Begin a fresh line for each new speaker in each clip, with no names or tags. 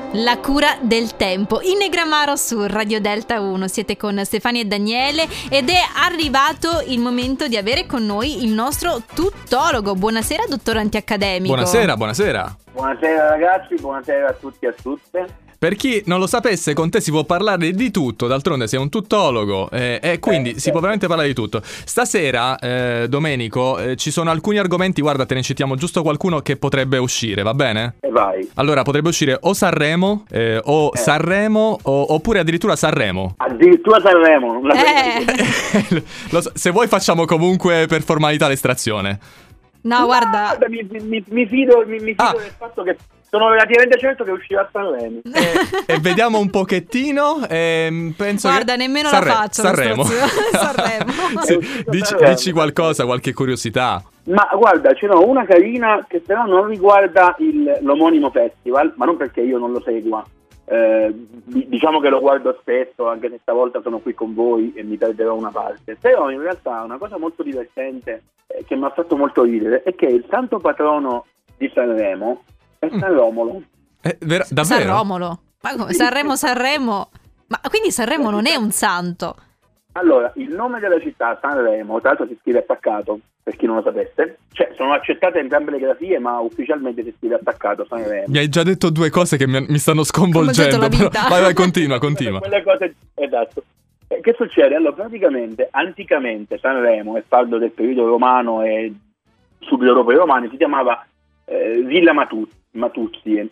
La cura del tempo. In Negramaro su Radio Delta 1 siete con Stefania e Daniele ed è arrivato il momento di avere con noi il nostro tuttologo. Buonasera, dottor Antiaccademico.
Buonasera.
Buonasera ragazzi, buonasera a tutti e a tutte.
Per chi non lo sapesse, con te si può parlare di tutto, d'altronde sei un tuttologo e quindi si può veramente parlare di tutto. Stasera, Domenico, ci sono alcuni argomenti, guarda, te ne citiamo giusto qualcuno che potrebbe uscire, va bene?
E vai.
Allora, potrebbe uscire o Sanremo, o Sanremo, oppure addirittura Sanremo.
Addirittura Sanremo, non la
Se vuoi facciamo comunque per formalità l'estrazione.
No, guarda.
Mi fido del fatto che sono relativamente certo che uscirà a Sanremo.
E vediamo un pochettino. Penso
guarda,
che
nemmeno la faccio.
Sanremo.
Sanremo.
Sì, dici qualcosa, qualche curiosità.
Ma guarda, ce n'ho una carina che però non riguarda l'omonimo festival, ma non perché io non lo segua. Diciamo che lo guardo spesso, anche se stavolta sono qui con voi e mi perderò una parte. Però in realtà una cosa molto divertente che mi ha fatto molto ridere è che il santo patrono di Sanremo è San Romolo.
Davvero?
San Romolo? Ma come? Sanremo? Ma quindi Sanremo non è un santo?
Allora, il nome della città, Sanremo, tra l'altro si scrive attaccato, per chi non lo sapesse. Cioè, sono accettate entrambe le grafie, ma ufficialmente si scrive attaccato, Sanremo.
Mi hai già detto due cose che mi stanno sconvolgendo.
La vita.
Vai, continua.
Quelle cose, esatto. Che succede? Allora, praticamente, anticamente Sanremo, e parlo del periodo romano e subito dopo i romani, si chiamava Villa Matuzie.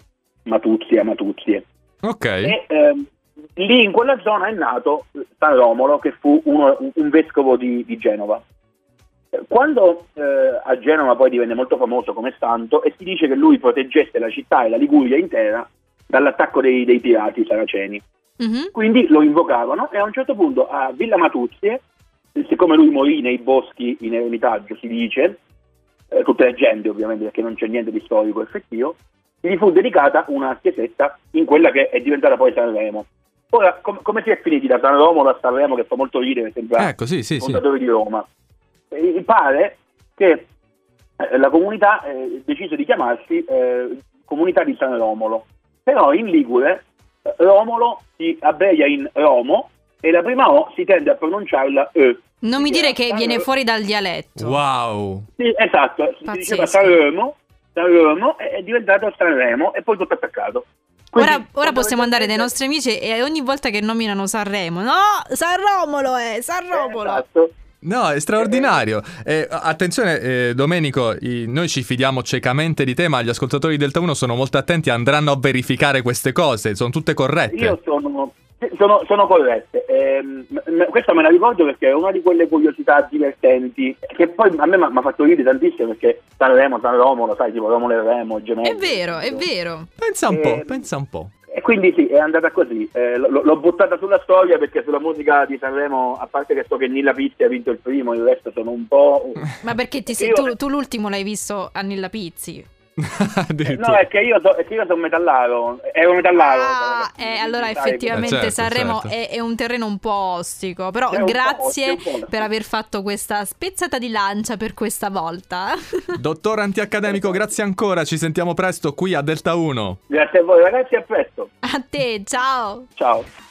Ok.
E lì in quella zona è nato San Romolo, che fu un vescovo di Genova. Quando a Genova poi divenne molto famoso come santo, e si dice che lui proteggesse la città e la Liguria intera dall'attacco dei pirati saraceni.
Mm-hmm.
Quindi lo invocavano, e a un certo punto a Villa Matuzie, siccome lui morì nei boschi in eremitaggio, si dice, tutte leggende ovviamente perché non c'è niente di storico effettivo, gli fu dedicata una chiesetta in quella che è diventata poi Sanremo. Ora, come si è finiti da San Romolo a Sanremo, che fa molto ridere, sembra fondatore di Roma? Pare che la comunità decise di chiamarsi Comunità di San Romolo, però in Ligure Romolo si abbrevia in Romo e la prima O si tende a pronunciarla E.
Non mi dire che viene fuori dal dialetto.
Wow.
Sì, esatto, si diceva Sanremo, è diventato Sanremo e poi tutto attaccato. Quindi,
ora possiamo andare dai nostri amici e ogni volta che nominano Sanremo, no, San Romolo è San Romolo.
Esatto.
No, è straordinario. Attenzione, Domenico, noi ci fidiamo ciecamente di te, ma gli ascoltatori di Delta 1 sono molto attenti, andranno a verificare queste cose, sono tutte corrette.
Io sono corrette. Questa me la ricordo perché è una di quelle curiosità divertenti che poi a me mi ha fatto ridere tantissimo, perché Sanremo, San Romolo, sai, tipo Romolo e Remo, gemelli.
È vero.
Pensa un po'.
E quindi sì, è andata così. L'ho buttata sulla storia perché sulla musica di Sanremo, a parte che so che Nilla Pizzi ha vinto il primo, il resto sono un po'...
Ma perché tu l'ultimo l'hai visto a Nilla Pizzi?
No, è che io sono metallaro. Ero metallaro.
Allora effettivamente
certo,
Sanremo
certo.
È un terreno un po' ostico. Però grazie per aver fatto questa spezzata di lancia per questa volta.
Dottor Antiaccademico, grazie ancora, ci sentiamo presto qui a Delta 1.
Grazie a voi ragazzi, a presto.
A te, ciao.
Ciao.